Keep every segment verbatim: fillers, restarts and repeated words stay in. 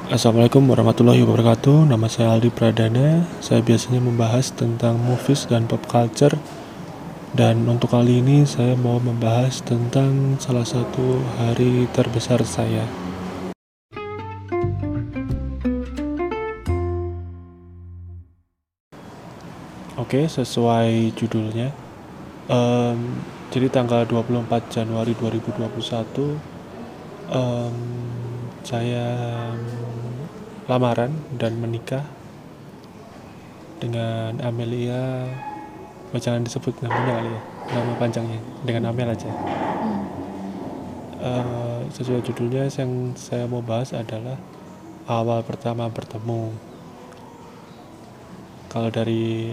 Assalamualaikum warahmatullahi wabarakatuh. Nama saya Aldi Pradana. Saya biasanya membahas tentang movies dan pop culture. Dan untuk kali ini saya mau membahas tentang salah satu hari terbesar saya. Oke, sesuai judulnya. Um, jadi tanggal dua puluh empat Januari dua ribu dua puluh satu um, saya lamaran dan menikah dengan Amelia. Oh, jangan disebut namanya kali ya, nama panjangnya, dengan Amel aja. Hmm. Uh, sesuai judulnya, yang saya mau bahas adalah awal pertama bertemu. Kalau dari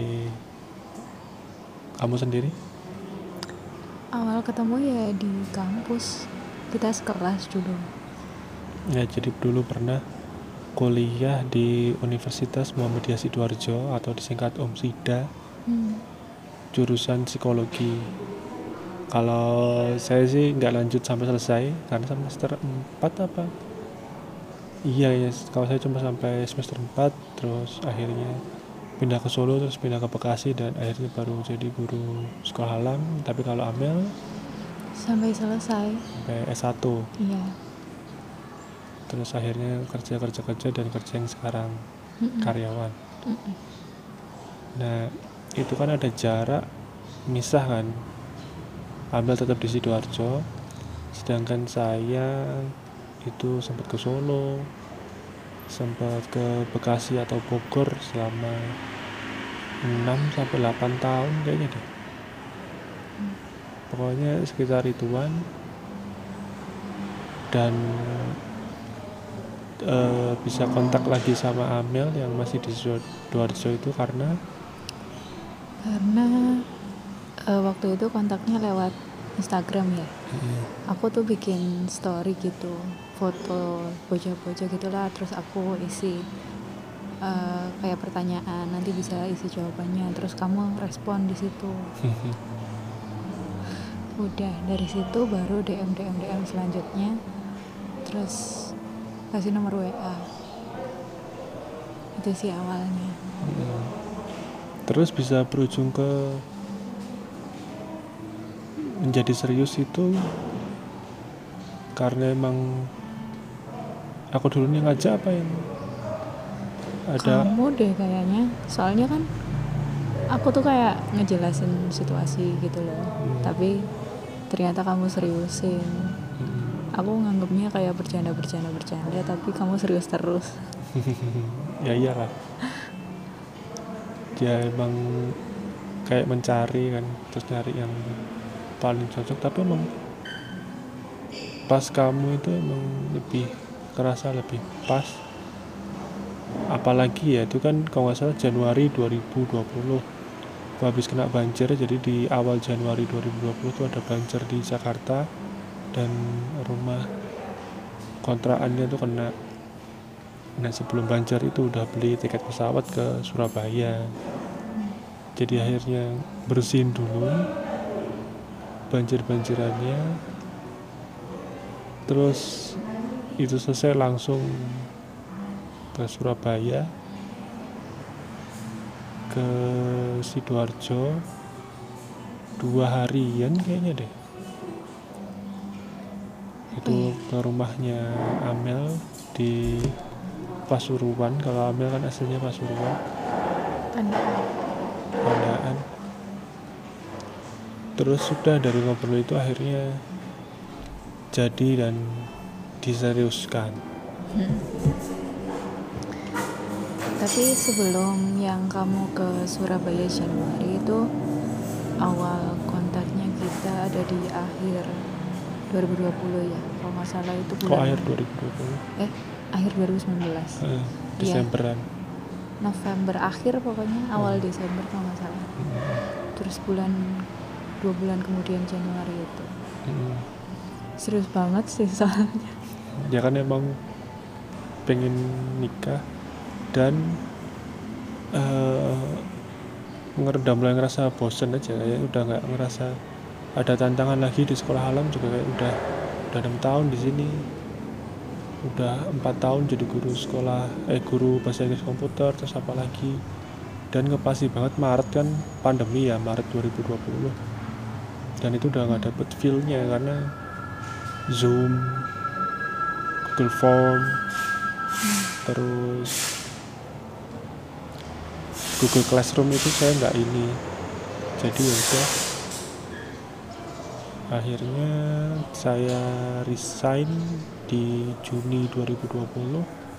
kamu sendiri? Awal ketemu ya di kampus, kita sekelas dulu. Ya, jadi dulu pernah kuliah di Universitas Muhammadiyah Sidoarjo atau disingkat UMSIDA, Hmm. jurusan psikologi. Kalau saya sih nggak lanjut sampai selesai karena semester empat apa? Iya ya, kalau saya cuma sampai semester empat, terus akhirnya pindah ke Solo, terus pindah ke Bekasi, dan akhirnya baru jadi guru sekolah alam. Tapi kalau Amel Sampai selesai. sampai S satu, Iya. terus akhirnya kerja-kerja-kerja dan kerja yang sekarang, Mm-mm. karyawan. Mm-mm. Nah, itu kan ada jarak misah kan. Amel tetap di Sidoarjo, sedangkan saya itu sempat ke Solo, sempat ke Bekasi atau Bogor selama enam sampai delapan tahun kayaknya deh. Hmm. Pokoknya sekitar ituan. Dan e, bisa kontak lagi sama Amel yang masih di Sidoarjo itu karena Karena uh, waktu itu kontaknya lewat Instagram ya. hmm, Aku tuh bikin story gitu, foto bocah-bocah gitulah, terus aku isi uh, kayak pertanyaan, nanti bisa isi jawabannya, terus kamu respon di situ. Udah dari situ baru D M D M D M selanjutnya, terus kasih nomor W A. Itu sih awalnya. hmm. Terus bisa berujung ke menjadi serius itu karena emang aku dulunya ngajak apa yang ada. Kamu deh kayaknya, soalnya kan aku tuh kayak ngejelasin situasi gitu loh, hmm. tapi ternyata kamu seriusin. hmm. Aku nganggapnya kayak bercanda-bercanda-bercanda, tapi kamu serius terus. Ya iyalah, dia emang kayak mencari kan, terus nyari yang paling cocok. Tapi emang pas kamu itu emang lebih kerasa lebih pas. Apalagi ya, itu kan kalau nggak salah Januari dua ribu dua puluh aku habis kena banjir. Jadi di awal Januari dua ribu dua puluh itu ada banjir di Jakarta, dan rumah kontrakannya tuh kena. Nah, sebelum banjir itu udah beli tiket pesawat ke Surabaya. Jadi akhirnya bersihin dulu banjir-banjirannya, terus itu selesai langsung ke Surabaya, ke Sidoarjo dua harian kayaknya deh. Itu ke rumahnya Amel di Pasuruan. Kalau Amel kan aslinya Pasuruan, Pandaan. Pandaan. Terus sudah dari ngobrol itu akhirnya jadi dan diseriuskan. Hmm. Tapi sebelum yang kamu ke Surabaya Januari itu, awal kontaknya kita ada di akhir dua ribu dua puluh ya, kalau nggak salah itu bulan. Kok akhir dua ribu dua puluh? Eh, akhir dua ribu sembilan belas. Eh, Desemberan. Ya, November akhir pokoknya, awal hmm. Desember kalau nggak salah. Hmm. Terus bulan dua bulan kemudian Januari itu. Hmm. Serius banget sih soalnya. Ya kan emang pengen nikah dan uh, udah mulai ngerasa bosen aja, kayak udah nggak ngerasa ada tantangan lagi di sekolah alam juga, kayak udah udah enam tahun di sini. udah empat tahun jadi guru sekolah eh guru bahasa Inggris komputer, terus apa lagi. Dan ngepasi banget Maret kan pandemi ya, Maret dua ribu dua puluh, dan itu udah nggak dapet feel-nya karena Zoom, Google Form, terus Google Classroom itu saya nggak ini. Jadi ya udah, akhirnya saya resign di Juni dua ribu dua puluh.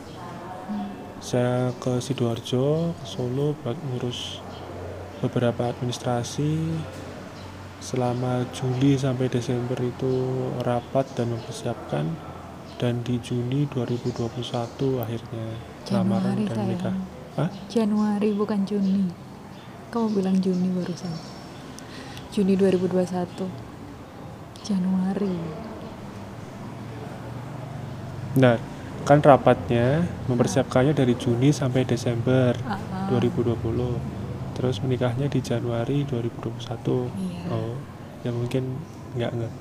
Saya ke Sidoarjo, ke Solo buat ngurus beberapa administrasi. Selama Juli sampai Desember itu rapat dan mempersiapkan, dan di Juni dua ribu dua puluh satu akhirnya lamaran Januari dan nikah. sayang. Hah? Januari bukan Juni. Kamu bilang Juni barusan. Juni dua ribu dua puluh satu. Januari. Nah, kan rapatnya mempersiapkannya dari Juni sampai Desember Uh-uh. dua ribu dua puluh. Terus menikahnya di Januari dua ribu dua puluh satu. Iya. Oh, ya mungkin nggak nggak.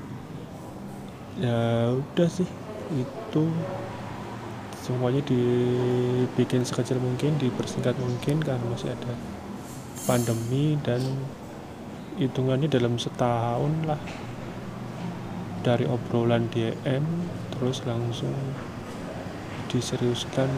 Ya udah sih, itu semuanya dibikin sekecil mungkin, dipersingkat mungkin karena masih ada pandemi, dan hitungannya dalam setahun lah dari obrolan D M terus langsung diseriuskan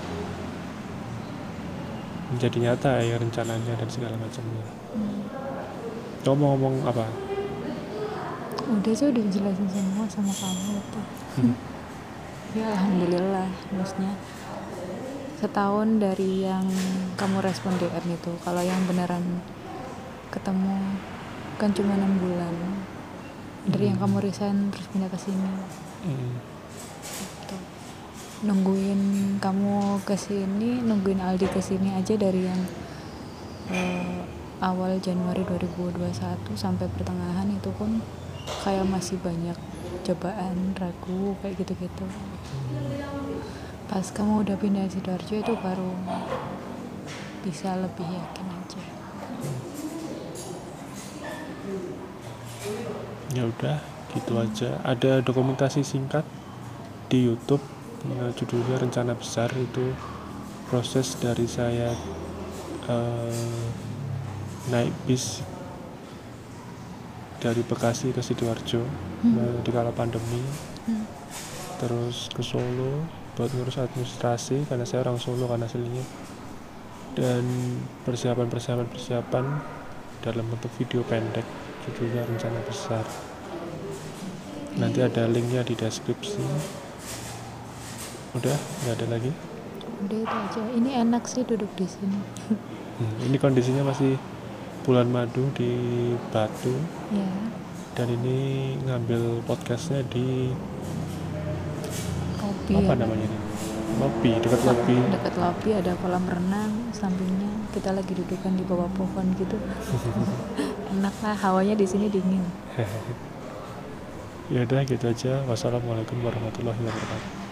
menjadi nyata ya rencananya dan segala macamnya. Hmm. Kamu mau ngomong apa? Udah sih, udah jelasin semua sama kamu itu. Ya alhamdulillah, maksudnya setahun dari yang kamu respon D M itu. Kalau yang beneran ketemu kan cuma enam bulan dari yang kamu resign terus pindah ke sini. Hmm. Gitu. Nungguin kamu ke sini, nungguin Aldi ke sini aja dari yang uh, awal Januari dua ribu dua puluh satu sampai pertengahan itu pun kayak masih banyak cobaan, ragu kayak gitu-gitu. Pas kamu udah pindah Sidoarjo itu baru bisa lebih yakin aja. Ya udah, gitu aja. Ada dokumentasi singkat di YouTube, ya, judulnya Rencana Besar. Itu proses dari saya uh, naik bis dari Bekasi ke Sidoarjo hmm. di kala pandemi, hmm. terus ke Solo buat ngurus administrasi karena saya orang Solo kan aslinya, dan persiapan-persiapan persiapan dalam bentuk video pendek judulnya Rencana Besar. Nanti ada linknya di deskripsi. Udah, nggak ada lagi. Udah itu aja. Ini enak sih duduk di sini. hmm, ini kondisinya masih bulan madu di Batu. Ya. Dan ini ngambil podcastnya di Lobi, apa ya, namanya ini? Lobi, dekat lobi. Dekat lobi ada kolam renang, sampingnya kita lagi dudukan di bawah pohon gitu. Enak lah, hawanya di sini dingin. Ya udah gitu aja. Wassalamualaikum warahmatullahi wabarakatuh.